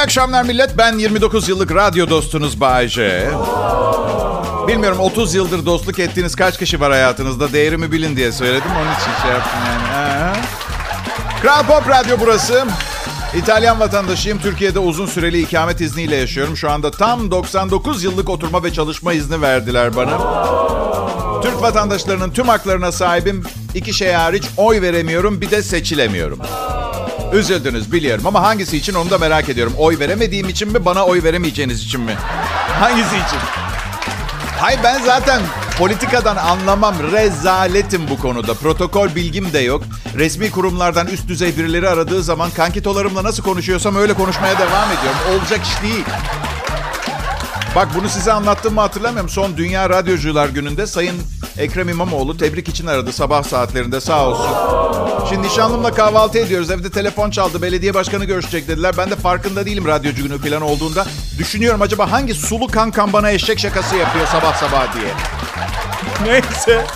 akşamlar millet. Ben 29 yıllık radyo dostunuz Bay J. Bilmiyorum 30 yıldır dostluk ettiğiniz kaç kişi var hayatınızda, değerimi bilin diye söyledim. Onun için şey yaptım yani. Kral Pop Radyo burası. İtalyan vatandaşıyım. Türkiye'de uzun süreli ikamet izniyle yaşıyorum. Şu anda tam 99 yıllık oturma ve çalışma izni verdiler bana. Türk vatandaşlarının tüm haklarına sahibim. 2 şey hariç oy veremiyorum, bir de seçilemiyorum. Üzüldünüz biliyorum ama hangisi için onu da merak ediyorum. Oy veremediğim için mi, bana oy veremeyeceğiniz için mi? Hangisi için? Hayır, ben zaten politikadan anlamam. Rezaletim bu konuda. Protokol bilgim de yok. Resmi kurumlardan üst düzey birileri aradığı zaman kankitolarımla nasıl konuşuyorsam öyle konuşmaya devam ediyorum. Olacak iş değil. Bak, bunu size anlattığımı hatırlamıyorum. Son Dünya Radyocular Günü'nde Sayın Ekrem İmamoğlu tebrik için aradı sabah saatlerinde, sağ olsun. Şimdi nişanlımla kahvaltı ediyoruz. Evde telefon çaldı. Belediye başkanı görüşecek dediler. Ben de farkında değilim radyocu günü falan olduğunda. Düşünüyorum acaba hangi sulu kankam bana eşek şakası yapıyor sabah sabah diye. Neyse.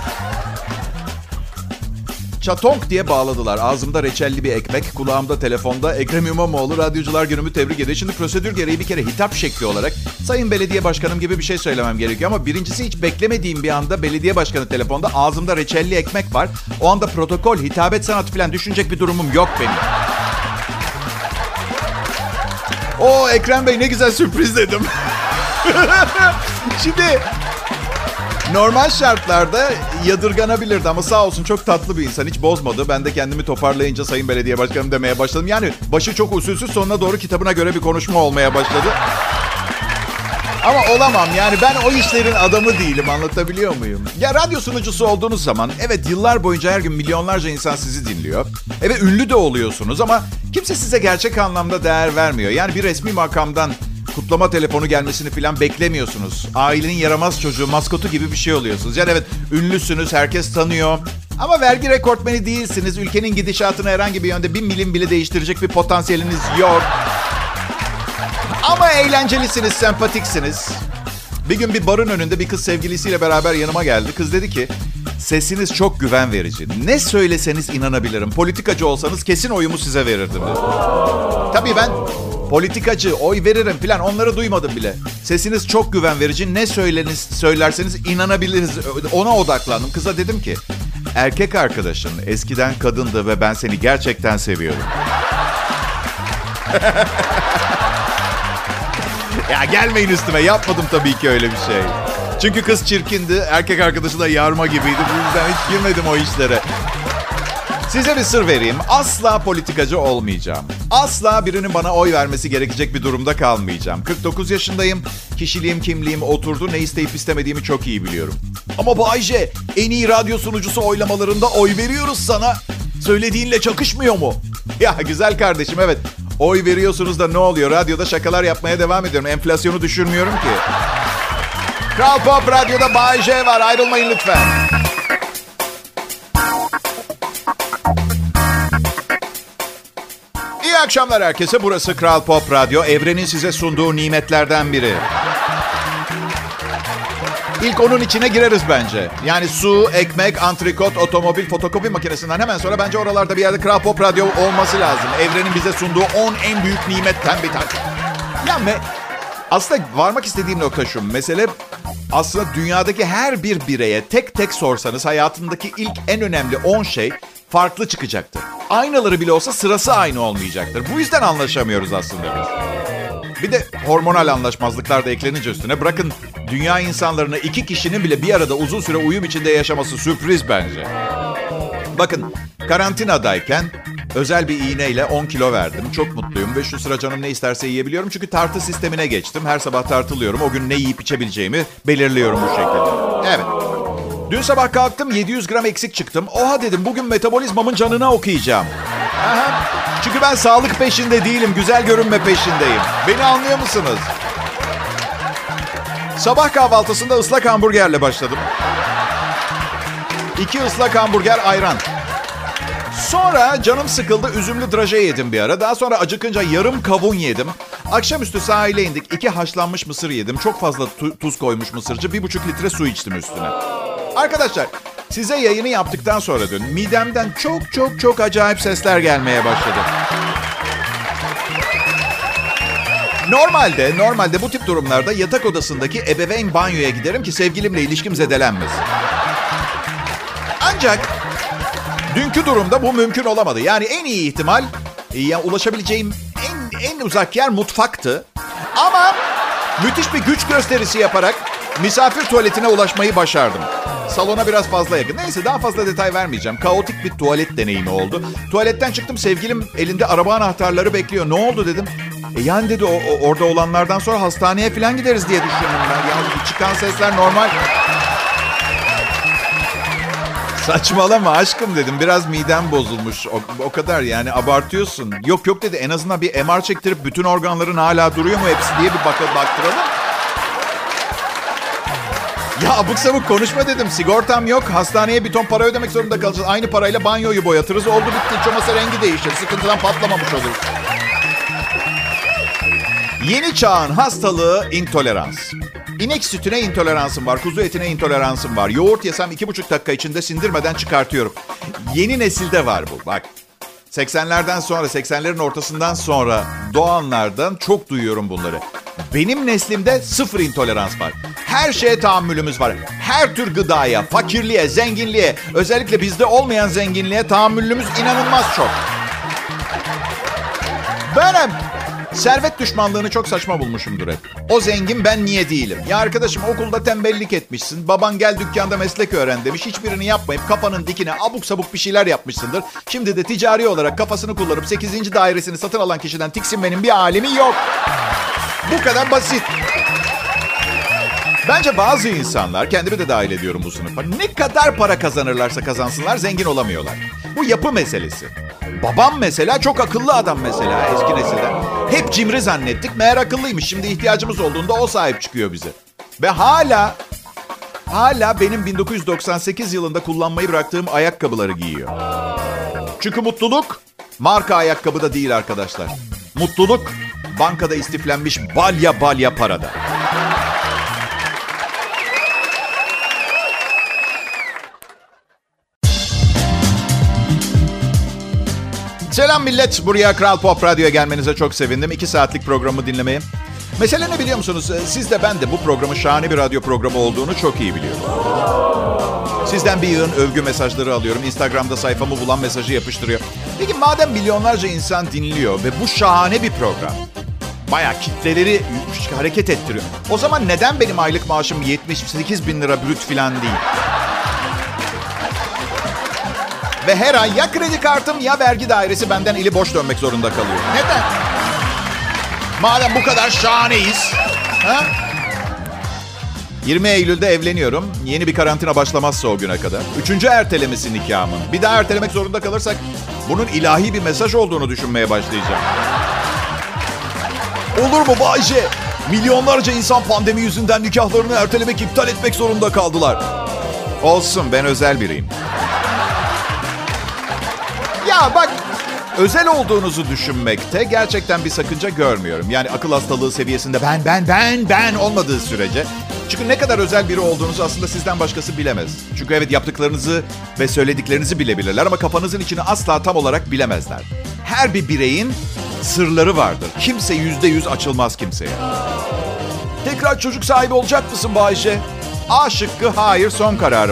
Çatonk diye bağladılar. Ağzımda reçelli bir ekmek, kulağımda telefonda Ekrem İmamoğlu radyocular günümü tebrik ediyor. Şimdi prosedür gereği bir kere hitap şekli olarak sayın belediye başkanım gibi bir şey söylemem gerekiyor. Ama birincisi, hiç beklemediğim bir anda belediye başkanı telefonda, ağzımda reçelli ekmek var. O anda protokol, hitabet sanatı falan düşünecek bir durumum yok benim. O Ekrem Bey ne güzel sürpriz dedim. Şimdi normal şartlarda yadırganabilirdi ama sağ olsun çok tatlı bir insan, hiç bozmadı. Ben de kendimi toparlayınca sayın belediye başkanım demeye başladım. Yani başı çok usulsüz, sonuna doğru kitabına göre bir konuşma olmaya başladı. Ama olamam yani, ben o işlerin adamı değilim, anlatabiliyor muyum? Ya radyo sunucusu olduğunuz zaman evet, yıllar boyunca her gün milyonlarca insan sizi dinliyor. Evet, ünlü de oluyorsunuz ama kimse size gerçek anlamda değer vermiyor. Yani bir resmi makamdan kutlama telefonu gelmesini falan beklemiyorsunuz. Ailenin yaramaz çocuğu, maskotu gibi bir şey oluyorsunuz. Yani evet, ünlüsünüz, herkes tanıyor. Ama vergi rekortmeni değilsiniz. Ülkenin gidişatını herhangi bir yönde bir milim bile değiştirecek bir potansiyeliniz yok. Ama eğlencelisiniz, sempatiksiniz. Bir gün bir barın önünde bir kız sevgilisiyle beraber yanıma geldi. Kız dedi ki, sesiniz çok güven verici. Ne söyleseniz inanabilirim. Politikacı olsanız kesin oyumu size verirdim dedi. Tabii ben politikacı, oy veririm falan onları duymadım bile. Sesiniz çok güven verici. Ne söylerseniz inanabiliriz. Ona odaklandım. Kıza dedim ki, erkek arkadaşın eskiden kadındı ve ben seni gerçekten seviyorum. Ya gelmeyin üstüme. Yapmadım tabii ki öyle bir şey. Çünkü kız çirkindi. Erkek arkadaşı da yarma gibiydi. Bu yüzden hiç girmedim o işlere. Size bir sır vereyim. Asla politikacı olmayacağım. Asla birinin bana oy vermesi gerekecek bir durumda kalmayacağım. 49 yaşındayım. Kişiliğim, kimliğim oturdu. Ne isteyip istemediğimi çok iyi biliyorum. Ama Bay J, en iyi radyo sunucusu oylamalarında oy veriyoruz sana. Söylediğinle çakışmıyor mu? Ya güzel kardeşim, evet. Oy veriyorsunuz da ne oluyor? Radyoda şakalar yapmaya devam ediyorum. Enflasyonu düşürmüyorum ki. Kral Pop Radyo'da Bay J var. Ayrılmayın lütfen. İyi akşamlar herkese. Burası Kral Pop Radyo. Evrenin size sunduğu nimetlerden biri. İlk onun içine gireriz bence. Yani su, ekmek, antrikot, otomobil, fotokopi makinesinden hemen sonra bence oralarda bir yerde Kral Pop Radyo olması lazım. Evrenin bize sunduğu 10 en büyük nimetten bir tanesi. Yani aslında varmak istediğim nokta şu. Mesele aslında dünyadaki her bir bireye tek tek sorsanız hayatındaki ilk en önemli 10 şey farklı çıkacaktır. Aynaları bile olsa sırası aynı olmayacaktır. Bu yüzden anlaşamıyoruz aslında biz. Bir de hormonal anlaşmazlıklar da eklenince üstüne, bırakın dünya insanlarına 2 kişinin bile bir arada uzun süre uyum içinde yaşaması sürpriz bence. Bakın, karantinadayken özel bir iğneyle 10 kilo verdim. Çok mutluyum ve şu sıra canım ne isterse yiyebiliyorum. Çünkü tartı sistemine geçtim. Her sabah tartılıyorum. O gün ne yiyip içebileceğimi belirliyorum bu şekilde. Evet. Dün sabah kalktım, 700 gram eksik çıktım. Oha dedim, bugün metabolizmamın canına okuyacağım. Aha. Çünkü ben sağlık peşinde değilim, güzel görünme peşindeyim. Beni anlıyor musunuz? Sabah kahvaltısında ıslak hamburgerle başladım. 2 ıslak hamburger, ayran. Sonra canım sıkıldı, üzümlü draje yedim bir ara. Daha sonra acıkınca yarım kavun yedim. Akşamüstü sahile indik, 2 haşlanmış mısır yedim. Çok fazla tuz koymuş mısırcı, 1,5 litre su içtim üstüne. Arkadaşlar, size yayını yaptıktan sonra dün midemden çok acayip sesler gelmeye başladı. Normalde bu tip durumlarda yatak odasındaki ebeveyn banyoya giderim ki sevgilimle ilişkim zedelenmesin. Ancak dünkü durumda bu mümkün olamadı. Yani en iyi ihtimal ulaşabileceğim en uzak yer mutfaktı. Ama müthiş bir güç gösterisi yaparak misafir tuvaletine ulaşmayı başardım. Salona biraz fazla yakın. Neyse daha fazla detay vermeyeceğim. Kaotik bir tuvalet deneyimi oldu. Tuvaletten çıktım, sevgilim elinde araba anahtarları bekliyor. Ne oldu dedim. Yani dedi orada olanlardan sonra hastaneye falan gideriz diye düşündüm ben. Yani çıkan sesler normal. Saçmalama aşkım dedim. Biraz midem bozulmuş. O kadar yani abartıyorsun. Yok dedi, en azından bir MR çektirip bütün organların hala duruyor mu hepsi diye bir baktıralım. Ya abuk sabuk konuşma dedim. Sigortam yok. Hastaneye bir ton para ödemek zorunda kalacağız. Aynı parayla banyoyu boyatırız. Oldu bitti. Hiç olmazsa rengi değişir. Sıkıntıdan patlamamış olur. Yeni çağın hastalığı intolerans. İnek sütüne intoleransım var. Kuzu etine intoleransım var. Yoğurt yesem 2,5 dakika içinde sindirmeden çıkartıyorum. Yeni nesilde var bu. Bak 80'lerin ortasından sonra doğanlardan çok duyuyorum bunları. Benim neslimde sıfır intolerans var. Her şeye tahammülümüz var. Her tür gıdaya, fakirliğe, zenginliğe, özellikle bizde olmayan zenginliğe tahammülümüz inanılmaz çok. Ben servet düşmanlığını çok saçma bulmuşumdur hep. O zengin, ben niye değilim? Ya arkadaşım, okulda tembellik etmişsin. Baban gel dükkanda meslek öğren demiş. Hiçbirini yapmayıp kafanın dikine abuk sabuk bir şeyler yapmışsındır. Şimdi de ticari olarak kafasını kullanıp 8. dairesini satın alan kişiden tiksinmenin bir alemi yok. Bu kadar basit. Bence bazı insanlar, kendimi de dahil ediyorum bu sınıfa, ne kadar para kazanırlarsa kazansınlar zengin olamıyorlar. Bu yapı meselesi. Babam mesela çok akıllı adam mesela eski nesilden. Hep cimri zannettik, meğer akıllıymış. Şimdi ihtiyacımız olduğunda o sahip çıkıyor bize. Ve hala benim 1998 yılında kullanmayı bıraktığım ayakkabıları giyiyor. Çünkü mutluluk marka ayakkabıda değil arkadaşlar. Mutluluk bankada istiflenmiş balya parada. Selam millet. Buraya Kral Pop Radyo'ya gelmenize çok sevindim. 2 saatlik programı dinlemeye. Mesele ne biliyor musunuz? Siz de ben de bu programın şahane bir radyo programı olduğunu çok iyi biliyoruz. Sizden bir yığın övgü mesajları alıyorum. Instagram'da sayfamı bulan mesajı yapıştırıyor. Peki madem milyonlarca insan dinliyor ve bu şahane bir program, bayağı kitleleri hareket ettiriyor, o zaman neden benim aylık maaşım 78 bin lira brüt falan değil? Ve her ay ya kredi kartım ya vergi dairesi benden eli boş dönmek zorunda kalıyor. Neden? Madem bu kadar şahaneyiz. Ha? 20 Eylül'de evleniyorum. Yeni bir karantina başlamazsa o güne kadar. 3. ertelemesi nikahımın. Bir daha ertelemek zorunda kalırsak bunun ilahi bir mesaj olduğunu düşünmeye başlayacağım. Olur mu Bayce? Milyonlarca insan pandemi yüzünden nikahlarını ertelemek, iptal etmek zorunda kaldılar. Olsun, ben özel biriyim. Ya bak, özel olduğunuzu düşünmekte gerçekten bir sakınca görmüyorum. Yani akıl hastalığı seviyesinde ben olmadığı sürece. Çünkü ne kadar özel biri olduğunuzu aslında sizden başkası bilemez. Çünkü evet, yaptıklarınızı ve söylediklerinizi bilebilirler ama kafanızın içini asla tam olarak bilemezler. Her bir bireyin sırları vardır. Kimse %100 açılmaz kimseye. Tekrar çocuk sahibi olacak mısın Bayşe? A şıkkı hayır, son kararım.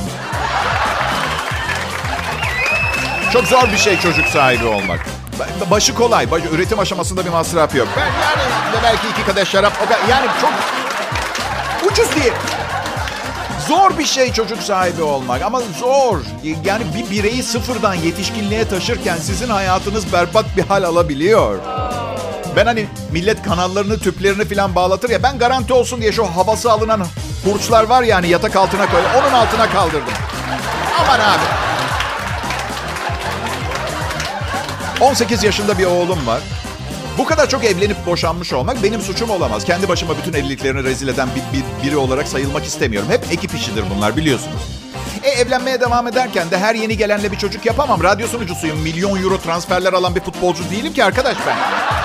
Çok zor bir şey çocuk sahibi olmak. Başı kolay. Üretim aşamasında bir masraf yok. Yani belki 2 kadeh şarap. Yani çok ucuz diye. Zor bir şey çocuk sahibi olmak. Ama zor. Yani bir bireyi sıfırdan yetişkinliğe taşırken sizin hayatınız berbat bir hal alabiliyor. Ben hani millet kanallarını, tüplerini falan bağlatır ya. Ben garanti olsun diye şu havası alınan hurçlar var ya hani, yatak altına koy. Onun altına kaldırdım. Aman abi. 18 yaşında bir oğlum var. Bu kadar çok evlenip boşanmış olmak benim suçum olamaz. Kendi başıma bütün evliliklerini rezil eden biri olarak sayılmak istemiyorum. Hep ekip işidir bunlar, biliyorsunuz. Evlenmeye devam ederken de her yeni gelenle bir çocuk yapamam. Radyo sunucusuyum. Milyon euro transferler alan bir futbolcu değilim ki arkadaş ben.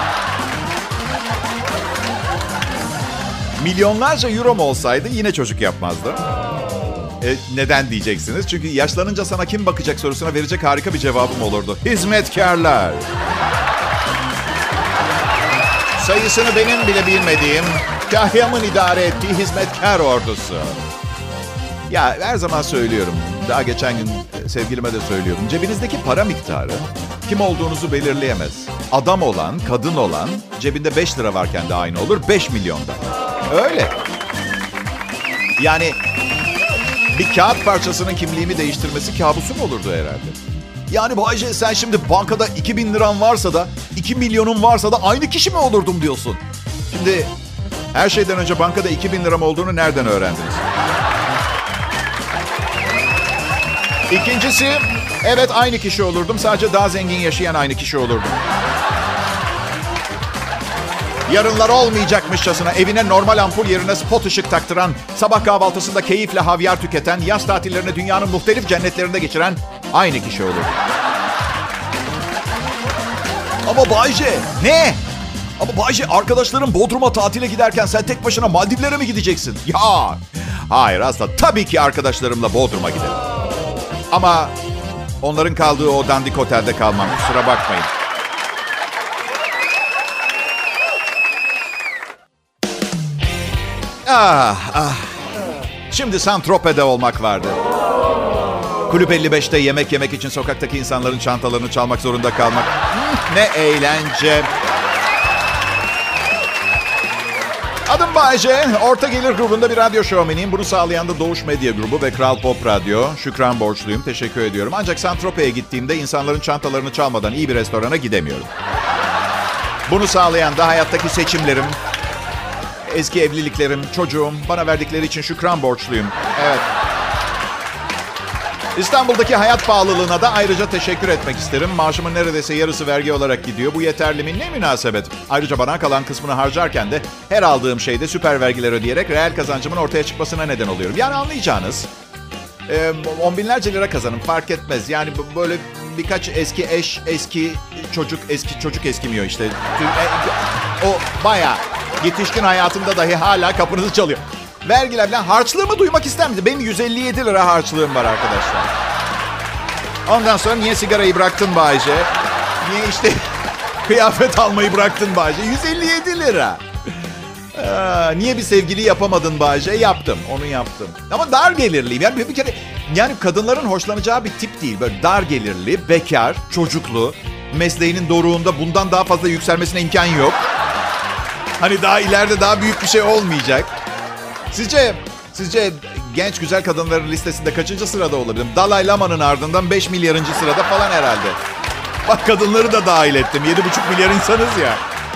Milyonlarca euro mu olsaydı yine çocuk yapmazdım. Neden diyeceksiniz? Çünkü yaşlanınca sana kim bakacak sorusuna verecek harika bir cevabım olurdu. Hizmetkarlar. sayısını benim bile bilmediğim, kahyamın idare ettiği hizmetkar ordusu. Ya her zaman söylüyorum, daha geçen gün sevgilime de söylüyordum. Cebinizdeki para miktarı kim olduğunuzu belirleyemez. Adam olan, kadın olan cebinde 5 lira varken de aynı olur, 5 milyonda. Öyle. Yani bir kağıt parçasının kimliğimi değiştirmesi kabusum olurdu herhalde. Yani Bayce, sen şimdi bankada 2.000 liran varsa da 2 milyonun varsa da aynı kişi mi olurdum diyorsun? Şimdi her şeyden önce bankada 2.000 liram olduğunu nereden öğrendiniz? İkincisi, evet aynı kişi olurdum. Sadece daha zengin yaşayan aynı kişi olurdum. Yarınlar olmayacakmışçasına evine normal ampul yerine spot ışık taktıran, sabah kahvaltısında keyifle havyar tüketen, yaz tatillerini dünyanın muhtelif cennetlerinde geçiren aynı kişi olurdum. Ama Bayce, ne? Ama Bayce, arkadaşların Bodrum'a tatile giderken sen tek başına Maldivlere mi gideceksin? Ya, hayır asla. Tabii ki arkadaşlarımla Bodrum'a giderim. Ama onların kaldığı o dandik otelde kalmam. Kusura bakmayın. Şimdi Saint-Tropez'de olmak vardı. Kulüp 55'te yemek yemek için sokaktaki insanların çantalarını çalmak zorunda kalmak. Ne eğlence. Adım Bayce. Orta gelir grubunda bir radyo şovmeniyim. Bunu sağlayan da Doğuş Medya Grubu ve Kral Pop Radyo. Şükran borçluyum. Teşekkür ediyorum. Ancak Saint-Tropez'e gittiğimde insanların çantalarını çalmadan iyi bir restorana gidemiyorum. Bunu sağlayan da hayattaki seçimlerim, eski evliliklerim, çocuğum, bana verdikleri için şükran borçluyum. Evet. İstanbul'daki hayat pahalılığına da ayrıca teşekkür etmek isterim. Maaşımın neredeyse yarısı vergi olarak gidiyor. Bu yeterli mi? Ne münasebet. Ayrıca bana kalan kısmını harcarken de her aldığım şeyde süper vergiler ödeyerek reel kazancımın ortaya çıkmasına neden oluyorum. Yani anlayacağınız, on binlerce lira kazanım fark etmez. Yani böyle birkaç eski eş, eski çocuk eskimiyor işte. O bayağı yetişkin hayatımda dahi hala kapınızı çalıyor. Vergiler falan, harçlığımı duymak ister misiniz? Benim 157 lira harçlığım var arkadaşlar. Ondan sonra niye sigarayı bıraktın Bayce? Niye işte kıyafet almayı bıraktın Bayce? 157 lira. Niye bir sevgili yapamadın Bayce? Yaptım, onu yaptım. Ama dar gelirliyim. Yani bir kere, yani kadınların hoşlanacağı bir tip değil. Böyle dar gelirli, bekar, çocuklu, mesleğinin doruğunda bundan daha fazla yükselmesine imkan yok. Hani daha ileride daha büyük bir şey olmayacak. Sizce genç güzel kadınların listesinde kaçıncı sırada olabilirim? Dalai Lama'nın ardından 5 milyarıncı sırada falan herhalde. Bak, kadınları da dahil ettim. 7,5 milyar insanız ya.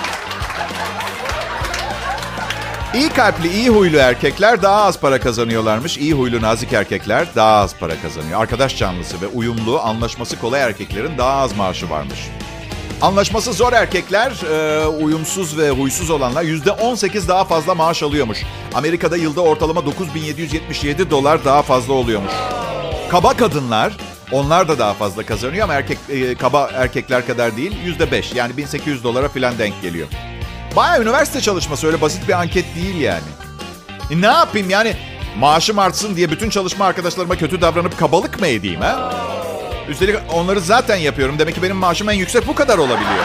İyi kalpli, iyi huylu erkekler daha az para kazanıyorlarmış. İyi huylu, nazik erkekler daha az para kazanıyor. Arkadaş canlısı ve uyumlu, anlaşması kolay erkeklerin daha az maaşı varmış. Anlaşması zor erkekler, uyumsuz ve huysuz olanlar %18 daha fazla maaş alıyormuş. Amerika'da yılda ortalama $9.777 daha fazla oluyormuş. Kaba kadınlar, onlar da daha fazla kazanıyor ama kaba erkekler kadar değil, %5 yani $1.800 falan denk geliyor. Bayağı üniversite çalışması, öyle basit bir anket değil yani. Ne yapayım yani, maaşım artsın diye bütün çalışma arkadaşlarıma kötü davranıp kabalık mı edeyim ha? Üstelik onları zaten yapıyorum. Demek ki benim maaşım en yüksek bu kadar olabiliyor.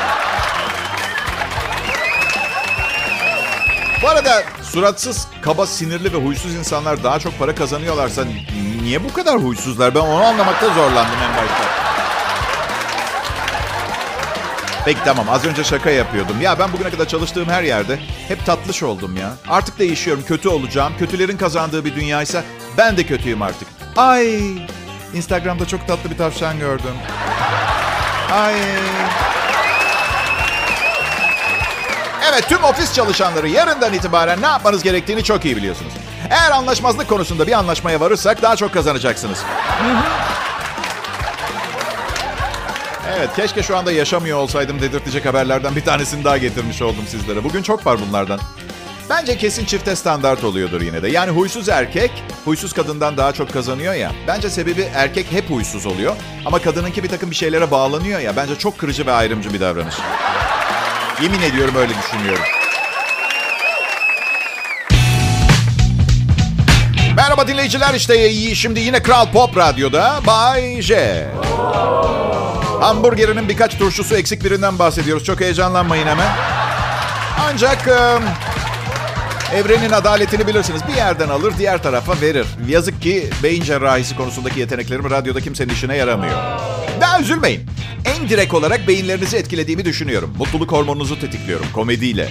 Bu arada suratsız, kaba, sinirli ve huysuz insanlar daha çok para kazanıyorlarsa niye bu kadar huysuzlar? Ben onu anlamakta zorlandım en başta. Peki tamam, az önce şaka yapıyordum. Ya ben bugüne kadar çalıştığım her yerde hep tatlış oldum ya. Artık değişiyorum, kötü olacağım. Kötülerin kazandığı bir dünyaysa ben de kötüyüm artık. Ay... Instagram'da çok tatlı bir tavşan gördüm. Ay. Evet, tüm ofis çalışanları yarından itibaren ne yapmanız gerektiğini çok iyi biliyorsunuz. Eğer anlaşmazlık konusunda bir anlaşmaya varırsak daha çok kazanacaksınız. Evet, keşke şu anda yaşamıyor olsaydım dedirtecek haberlerden bir tanesini daha getirmiş oldum sizlere. Bugün çok var bunlardan. Bence kesin çifte standart oluyordur yine de. Yani huysuz erkek, huysuz kadından daha çok kazanıyor ya. Bence sebebi erkek hep huysuz oluyor. Ama kadınınki bir takım bir şeylere bağlanıyor ya. Bence çok kırıcı ve ayrımcı bir davranış. Yemin ediyorum öyle düşünüyorum. Merhaba dinleyiciler, işte şimdi yine Kral Pop Radyo'da Bay J. Hamburgerinin birkaç turşusu eksik birinden bahsediyoruz. Çok heyecanlanmayın hemen. Ancak evrenin adaletini bilirsiniz. Bir yerden alır, diğer tarafa verir. Yazık ki beyin cerrahisi konusundaki yeteneklerim radyoda kimsenin işine yaramıyor. Daha üzülmeyin. En direkt olarak beyinlerinizi etkilediğimi düşünüyorum. Mutluluk hormonunuzu tetikliyorum komediyle.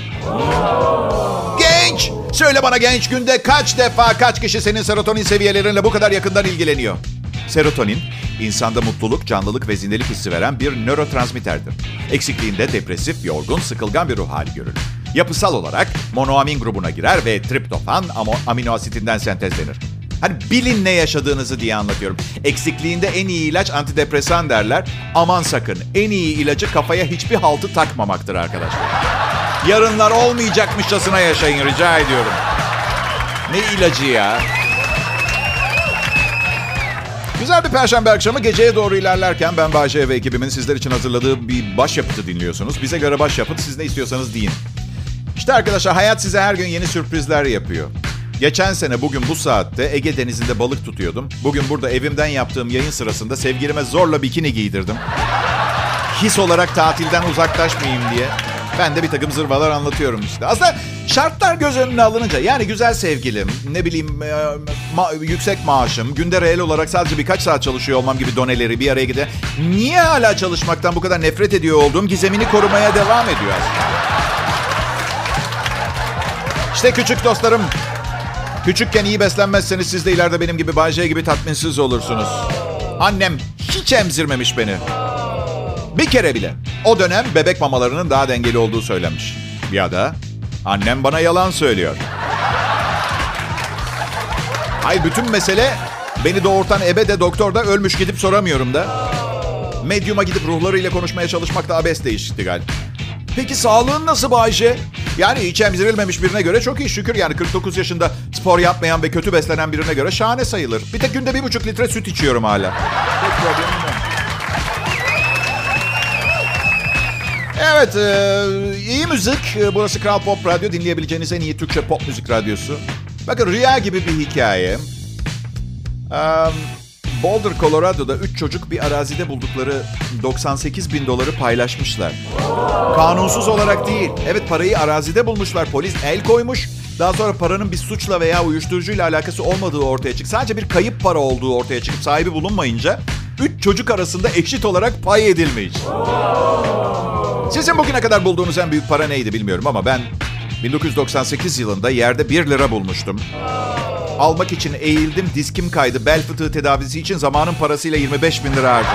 Genç! Söyle bana genç, günde kaç defa, kaç kişi senin serotonin seviyelerinle bu kadar yakından ilgileniyor? Serotonin, insanda mutluluk, canlılık ve zindelik hissi veren bir nörotransmitterdir. Eksikliğinde depresif, yorgun, sıkılgan bir ruh hali görülür. Yapısal olarak monoamin grubuna girer ve triptofan amino asitinden sentezlenir. Hani bilin ne yaşadığınızı diye anlatıyorum. Eksikliğinde en iyi ilaç antidepresan derler. Aman sakın, en iyi ilacı kafaya hiçbir haltı takmamaktır arkadaşlar. Yarınlar olmayacakmışçasına yaşayın rica ediyorum. Ne ilacı ya? Güzel bir perşembe akşamı geceye doğru ilerlerken ben Bay J ve ekibimin sizler için hazırladığı bir başyapıtı dinliyorsunuz. Bize göre başyapıt, siz ne istiyorsanız deyin. İşte arkadaşlar, hayat size her gün yeni sürprizler yapıyor. Geçen sene bugün bu saatte Ege Denizi'nde balık tutuyordum. Bugün burada evimden yaptığım yayın sırasında sevgilime zorla bikini giydirdim. His olarak tatilden uzaklaşmayayım diye. Ben de bir takım zırvalar anlatıyorum işte. Aslında şartlar göz önüne alınınca, yani güzel sevgilim, ne bileyim yüksek maaşım, günde reel olarak sadece birkaç saat çalışıyor olmam gibi doneleri bir araya gider. Niye hala çalışmaktan bu kadar nefret ediyor olduğum gizemini korumaya devam ediyor aslında. İşte küçük dostlarım, küçükken iyi beslenmezseniz siz de ileride benim gibi Bay J gibi tatminsiz olursunuz. Annem hiç emzirmemiş beni. Bir kere bile. O dönem bebek mamalarının daha dengeli olduğu söylenmiş. Ya da annem bana yalan söylüyor. Hayır, bütün mesele beni doğurtan ebe de doktor da ölmüş, gidip soramıyorum da. Medyuma gidip ruhlarıyla konuşmaya çalışmak da abes değişikti galiba. Peki sağlığın nasıl Bay J? Yani hiç emzirilmemiş birine göre çok iyi şükür. Yani 49 yaşında spor yapmayan ve kötü beslenen birine göre şahane sayılır. Bir tek günde 1,5 litre süt içiyorum hala. Pek problemim yok. Evet, iyi müzik. Burası Kral Pop Radyo. Dinleyebileceğiniz en iyi Türkçe pop müzik radyosu. Bakın, rüya gibi bir hikaye. Boulder, Colorado'da 3 çocuk bir arazide buldukları $98.000 paylaşmışlar. Kanunsuz olarak değil. Evet, parayı arazide bulmuşlar. Polis el koymuş. Daha sonra paranın bir suçla veya uyuşturucuyla alakası olmadığı ortaya çıktı. Sadece bir kayıp para olduğu ortaya çıkıp sahibi bulunmayınca 3 çocuk arasında eşit olarak pay edilmiş. Sizin bugüne kadar bulduğunuz en büyük para neydi bilmiyorum ama ben 1998 yılında yerde 1 lira bulmuştum. Almak için eğildim, diskim kaydı. Bel fıtığı tedavisi için zamanın parasıyla 25.000 lira harcadım.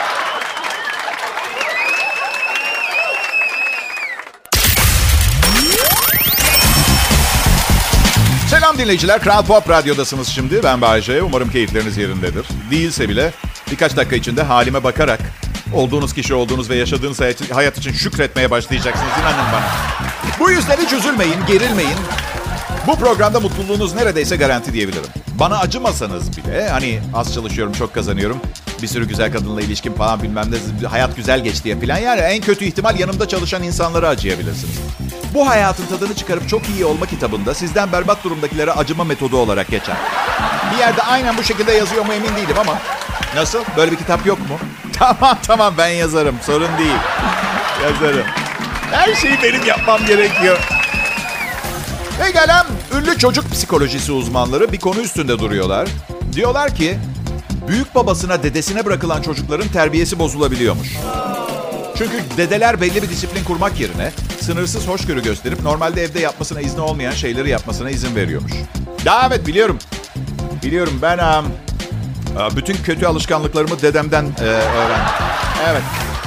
Selam dinleyiciler, Kral Pop Radyo'dasınız şimdi. Ben Bay J. Umarım keyifleriniz yerindedir. Değilse bile birkaç dakika içinde halime bakarak olduğunuz kişi olduğunuz ve yaşadığınız hayat için şükretmeye başlayacaksınız. İnanın bana. Bu yüzden hiç üzülmeyin, gerilmeyin. Bu programda mutluluğunuz neredeyse garanti diyebilirim. Bana acımasanız bile, hani az çalışıyorum, çok kazanıyorum, bir sürü güzel kadınla ilişkim falan bilmem ne, hayat güzel geçti diye falan. Yani en kötü ihtimal yanımda çalışan insanlara acıyabilirsiniz. Bu hayatın tadını çıkarıp çok iyi olma kitabında sizden berbat durumdakilere acıma metodu olarak geçer. Bir yerde aynen bu şekilde yazıyor mu emin değilim ama nasıl? Böyle bir kitap yok mu? Tamam ben yazarım, sorun değil. Yazarım. Her şeyi benim yapmam gerekiyor. Pekala, ünlü çocuk psikolojisi uzmanları bir konu üstünde duruyorlar. Diyorlar ki, büyük babasına, dedesine bırakılan çocukların terbiyesi bozulabiliyormuş. Çünkü dedeler belli bir disiplin kurmak yerine sınırsız hoşgörü gösterip normalde evde yapmasına izni olmayan şeyleri yapmasına izin veriyormuş. Ya evet, biliyorum. Biliyorum, ben bütün kötü alışkanlıklarımı dedemden öğrendim. Evet.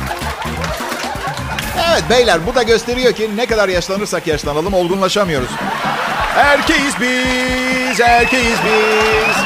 Evet beyler, bu da gösteriyor ki ne kadar yaşlanırsak yaşlanalım olgunlaşamıyoruz. Erkeğiz biz, erkeğiz biz.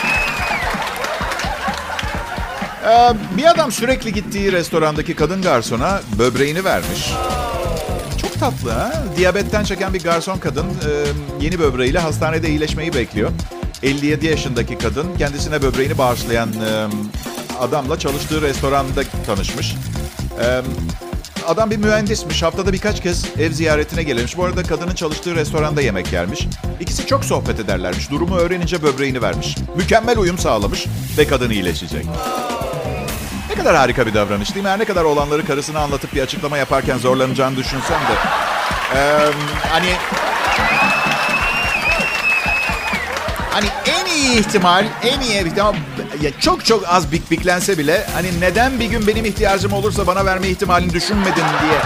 Bir adam sürekli gittiği restorandaki kadın garsona böbreğini vermiş. Çok tatlı ha? Diyabetten çeken bir garson kadın yeni böbreğiyle hastanede iyileşmeyi bekliyor. 57 yaşındaki kadın kendisine böbreğini bağışlayan adamla çalıştığı restoranda tanışmış. Adam bir mühendismiş. Haftada birkaç kez ev ziyaretine gelirmiş. Bu arada kadının çalıştığı restoranda yemek yermiş. İkisi çok sohbet ederlermiş. Durumu öğrenince böbreğini vermiş. Mükemmel uyum sağlamış ve kadın iyileşecek. Ne kadar harika bir davranış değil mi? Her ne kadar olanları karısına anlatıp bir açıklama yaparken zorlanacağını düşünsem de. Hani en iyi ihtimal ya çok az biklense bile hani neden bir gün benim ihtiyacım olursa bana verme ihtimalini düşünmedin diye.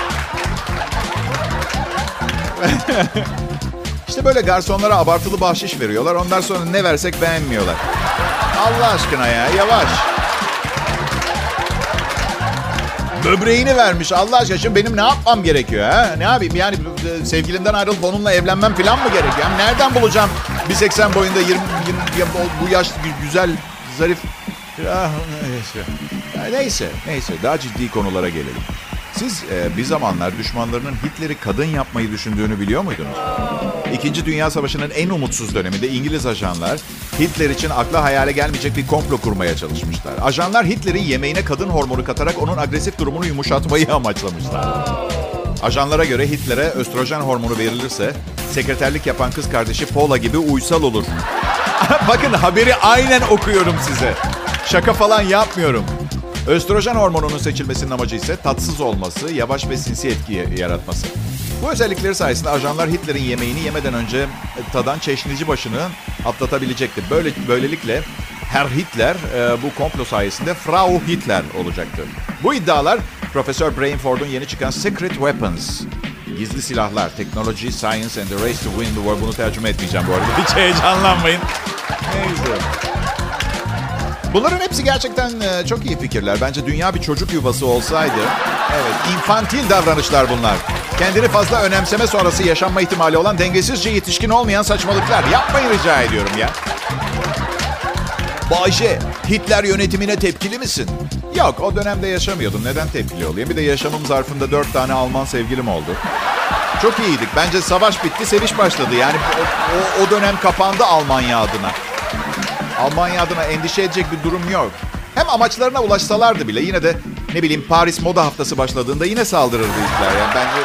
İşte böyle garsonlara abartılı bahşiş veriyorlar. Ondan sonra ne versek beğenmiyorlar. Allah aşkına ya, yavaş. Böbreğini vermiş Allah aşkına. Şimdi benim ne yapmam gerekiyor ha? Ne yapayım yani, sevgilimden ayrılıp onunla evlenmem falan mı gerekiyor? Yani nereden bulacağım 1.80 boyunda 20 bu yaş güzel, zarif. Neyse daha ciddi konulara gelelim. Siz bir zamanlar düşmanlarının Hitler'i kadın yapmayı düşündüğünü biliyor muydunuz? İkinci Dünya Savaşı'nın en umutsuz döneminde İngiliz ajanlar Hitler için akla hayale gelmeyecek bir komplo kurmaya çalışmışlar. Ajanlar Hitler'in yemeğine kadın hormonu katarak onun agresif durumunu yumuşatmayı amaçlamışlar. Ajanlara göre Hitler'e östrojen hormonu verilirse sekreterlik yapan kız kardeşi Paula gibi uysal olur. Bakın haberi aynen okuyorum size. Şaka falan yapmıyorum. Östrojen hormonunun seçilmesinin amacı ise tatsız olması, yavaş ve sinsi etki yaratması. Bu özellikleri sayesinde ajanlar Hitler'in yemeğini yemeden önce tadan çeşnici başını atlatabilecekti. Böylelikle Herr Hitler bu komplo sayesinde Frau Hitler olacaktı. Bu iddialar Profesör Brainford'un yeni çıkan Secret Weapons, Gizli Silahlar, Technology, Science and the Race to Win the War. Bunu tercüme etmeyeceğim bu arada. Hiç heyecanlanmayın. Neyse. Bunların hepsi gerçekten çok iyi fikirler. Bence dünya bir çocuk yuvası olsaydı... Evet, infantil davranışlar bunlar. Kendini fazla önemseme sonrası yaşanma ihtimali olan dengesizce yetişkin olmayan saçmalıklar. Yapmayın rica ediyorum ya. Bayşe, Hitler yönetimine tepkili misin? Yok, o dönemde yaşamıyordum. Neden tepkili olayım? Bir de yaşamım zarfında 4 tane Alman sevgilim oldu. Çok iyiydik. Bence savaş bitti, seviş başladı. Yani o dönem kapandı Almanya adına. Almanya adına endişe edecek bir durum yok. Hem amaçlarına ulaşsalardı bile yine de ne bileyim Paris Moda Haftası başladığında yine saldırırdı Hitler. Yani bence...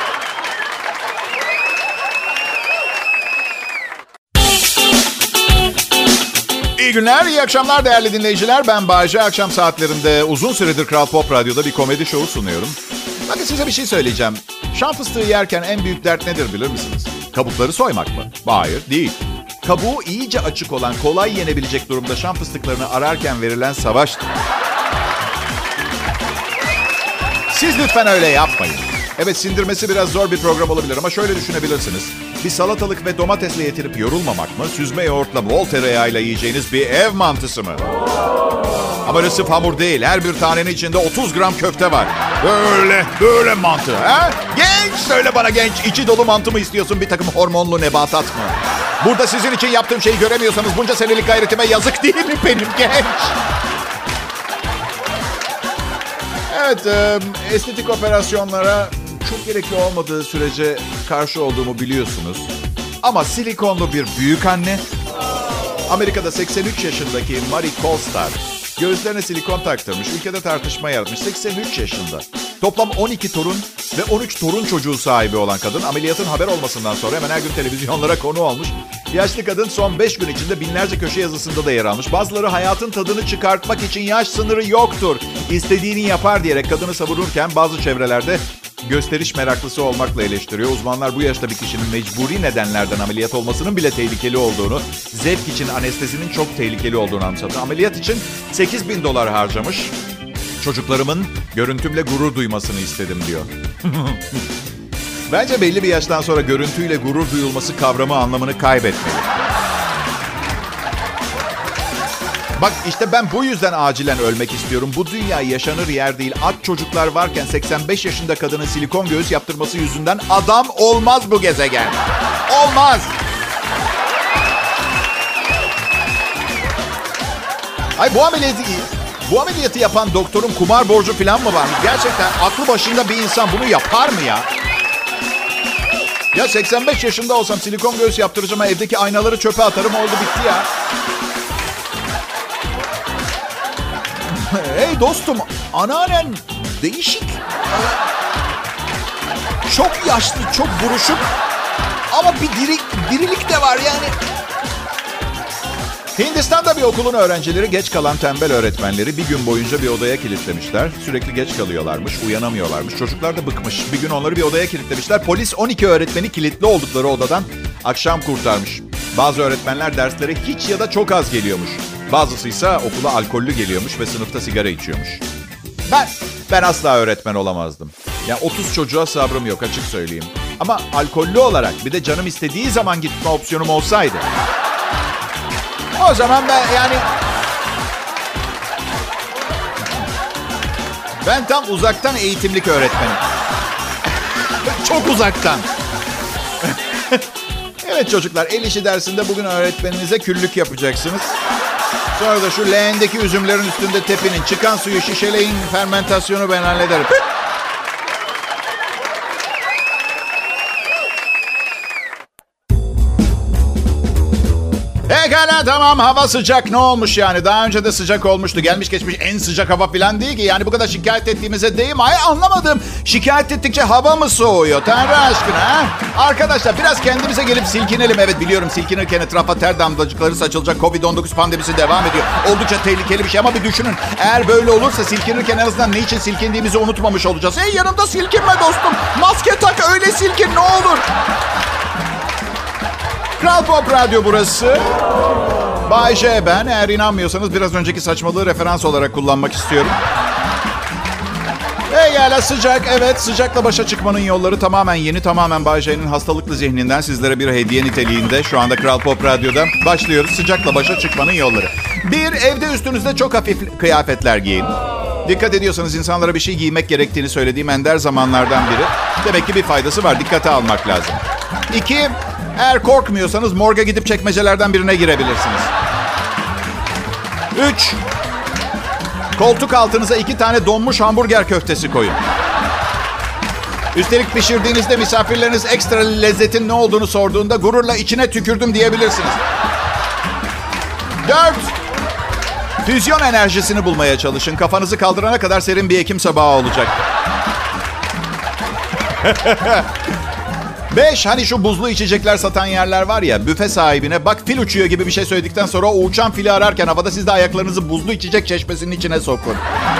İyi günler, iyi akşamlar değerli dinleyiciler. Ben Bayce. Akşam saatlerinde uzun süredir Kral Pop Radyo'da bir komedi şovu sunuyorum. Bakın size bir şey söyleyeceğim. Şan fıstığı yerken en büyük dert nedir bilir misiniz? Kabukları soymak mı? Hayır, değil. Kabuğu iyice açık olan, kolay yenebilecek durumda şan fıstıklarını ararken verilen savaştır. Siz lütfen öyle yapmayın. Evet, sindirmesi biraz zor bir program olabilir ama şöyle düşünebilirsiniz. Bir salatalık ve domatesle yetinip yorulmamak mı? Süzme yoğurtla, bol tereyağıyla yiyeceğiniz bir ev mantısı mı? Ama öyle sırf hamur değil. Her bir tanenin içinde 30 gram köfte var. Böyle mantı. Ha? Genç, söyle bana genç. İçi dolu mantı mı istiyorsun, bir takım hormonlu nebatat mı? Burada sizin için yaptığım şeyi göremiyorsanız bunca senelik gayretime yazık değil mi benim genç? Evet, estetik operasyonlara çok gerekli olmadığı sürece karşı olduğumu biliyorsunuz. Ama silikonlu bir büyükanne, Amerika'da 83 yaşındaki Marie Kolstar göğüslerine silikon taktırmış, ülkede tartışma yaratmış. 83 yaşında. Toplam 12 torun ve 13 torun çocuğu sahibi olan kadın ameliyatın haber olmasından sonra hemen her gün televizyonlara konu olmuş. Yaşlı kadın son 5 gün içinde binlerce köşe yazısında da yer almış. Bazıları hayatın tadını çıkartmak için yaş sınırı yoktur, İstediğini yapar diyerek kadını savunurken bazı çevrelerde gösteriş meraklısı olmakla eleştiriyor. Uzmanlar bu yaşta bir kişinin mecburi nedenlerden ameliyat olmasının bile tehlikeli olduğunu, zevk için anestezinin çok tehlikeli olduğunu anımsatıyor. Ameliyat için $8.000 harcamış. Çocuklarımın görüntümle gurur duymasını istedim diyor. Bence belli bir yaştan sonra görüntüyle gurur duyulması kavramı anlamını kaybetmeli. Bak işte ben bu yüzden acilen ölmek istiyorum. Bu dünya yaşanır yer değil. Aç çocuklar varken 85 yaşında kadının silikon göğüs yaptırması yüzünden adam olmaz bu gezegen. Olmaz. Ay bu ameliyatı yapan doktorun kumar borcu falan mı var? Gerçekten aklı başında bir insan bunu yapar mı ya? Ya 85 yaşında olsam silikon göğüs yaptıracağım, evdeki aynaları çöpe atarım, oldu bitti ya. Hey dostum, anneannen değişik. Çok yaşlı, çok buruşuk ama bir dirilik de var yani. Hindistan'da bir okulun öğrencileri geç kalan tembel öğretmenleri bir gün boyunca bir odaya kilitlemişler. Sürekli geç kalıyorlarmış, uyanamıyorlarmış. Çocuklar da bıkmış. Bir gün onları bir odaya kilitlemişler. Polis 12 öğretmeni kilitli oldukları odadan akşam kurtarmış. Bazı öğretmenler derslere hiç ya da çok az geliyormuş. Bazısı ise okula alkollü geliyormuş ve sınıfta sigara içiyormuş. Ben asla öğretmen olamazdım. Ya 30 çocuğa sabrım yok, açık söyleyeyim. Ama alkollü olarak bir de canım istediği zaman gitme opsiyonum olsaydı, o zaman ben tam uzaktan eğitimlik öğretmenim. Çok uzaktan. Evet çocuklar, el işi dersinde bugün öğretmeninize küllük yapacaksınız. Sonra da şu leğendeki üzümlerin üstünde tepinin. Çıkan suyu şişeleyin, fermentasyonu ben hallederim. Pekala tamam, hava sıcak, ne olmuş yani? Daha önce de sıcak olmuştu. Gelmiş geçmiş en sıcak hava falan değil ki. Yani bu kadar şikayet ettiğimize değil mi? Hayır, anlamadım. Şikayet ettikçe hava mı soğuyor? Tanrı aşkına ha? Arkadaşlar biraz kendimize gelip silkinelim. Evet biliyorum, silkinirken etrafa ter damlacıkları saçılacak. Covid-19 pandemisi devam ediyor. Oldukça tehlikeli bir şey ama bir düşünün. Eğer böyle olursa silkinirken en azından ne için silkindiğimizi unutmamış olacağız. Hey, yanımda silkinme dostum. Maske tak, öyle silkin ne olur. Kral Pop Radyo burası. Bay J ben. Eğer inanmıyorsanız biraz önceki saçmalığı referans olarak kullanmak istiyorum. Pekala, sıcak. Evet, sıcakla başa çıkmanın yolları tamamen yeni. Tamamen Bay J'nin hastalıklı zihninden sizlere bir hediye niteliğinde. Şu anda Kral Pop Radyo'da başlıyoruz. Sıcakla başa çıkmanın yolları. 1. Evde üstünüzde çok hafif kıyafetler giyin. Dikkat ediyorsanız insanlara bir şey giymek gerektiğini söylediğim ender zamanlardan biri. Demek ki bir faydası var. Dikkate almak lazım. 2. Eğer korkmuyorsanız morga gidip çekmecelerden birine girebilirsiniz. 3. Koltuk altınıza 2 tane donmuş hamburger köftesi koyun. Üstelik pişirdiğinizde misafirleriniz ekstra lezzetin ne olduğunu sorduğunda gururla içine tükürdüm diyebilirsiniz. 4. Füzyon enerjisini bulmaya çalışın. Kafanızı kaldırana kadar serin bir Ekim sabahı olacak. 5. Hani şu buzlu içecekler satan yerler var ya, büfe sahibine bak fil uçuyor gibi bir şey söyledikten sonra o uçan fili ararken havada siz de ayaklarınızı buzlu içecek çeşmesinin içine sokun.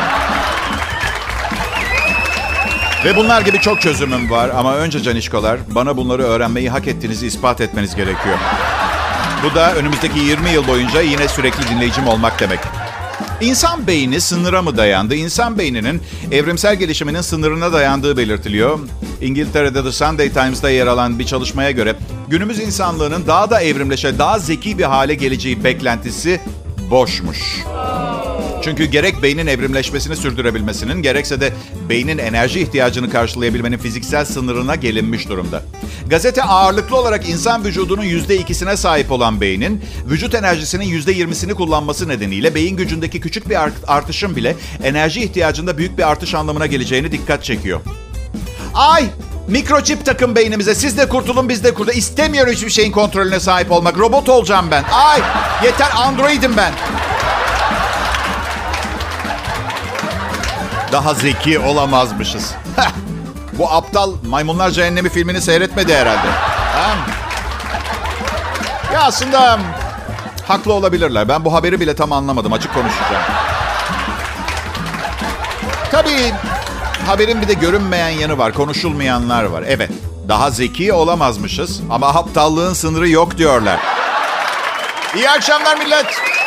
Ve bunlar gibi çok çözümüm var ama önce canişkolar, bana bunları öğrenmeyi hak ettiğinizi ispat etmeniz gerekiyor. Bu da önümüzdeki 20 yıl boyunca yine sürekli dinleyicim olmak demek. İnsan beyni sınıra mı dayandı? İnsan beyninin evrimsel gelişiminin sınırına dayandığı belirtiliyor. İngiltere'de The Sunday Times'ta yer alan bir çalışmaya göre günümüz insanlığının daha da evrimleşe, daha zeki bir hale geleceği beklentisi boşmuş. Çünkü gerek beynin evrimleşmesini sürdürebilmesinin, gerekse de beynin enerji ihtiyacını karşılayabilmenin fiziksel sınırına gelinmiş durumda. Gazete ağırlıklı olarak insan vücudunun %2'sine sahip olan beynin, vücut enerjisinin %20'sini kullanması nedeniyle beyin gücündeki küçük bir artışın bile enerji ihtiyacında büyük bir artış anlamına geleceğini dikkat çekiyor. Ay! Mikroçip takın beynimize. Siz de kurtulun, biz de kurtulun. İstemiyorum hiçbir şeyin kontrolüne sahip olmak. Robot olacağım ben. Ay! Yeter, androidim ben. Daha zeki olamazmışız. Bu aptal Maymunlar Cehennemi filmini seyretmedi herhalde. Ha? Ya aslında haklı olabilirler. Ben bu haberi bile tam anlamadım. Açık konuşacağım. Tabii haberin bir de görünmeyen yanı var. Konuşulmayanlar var. Evet, daha zeki olamazmışız ama aptallığın sınırı yok diyorlar. İyi akşamlar millet.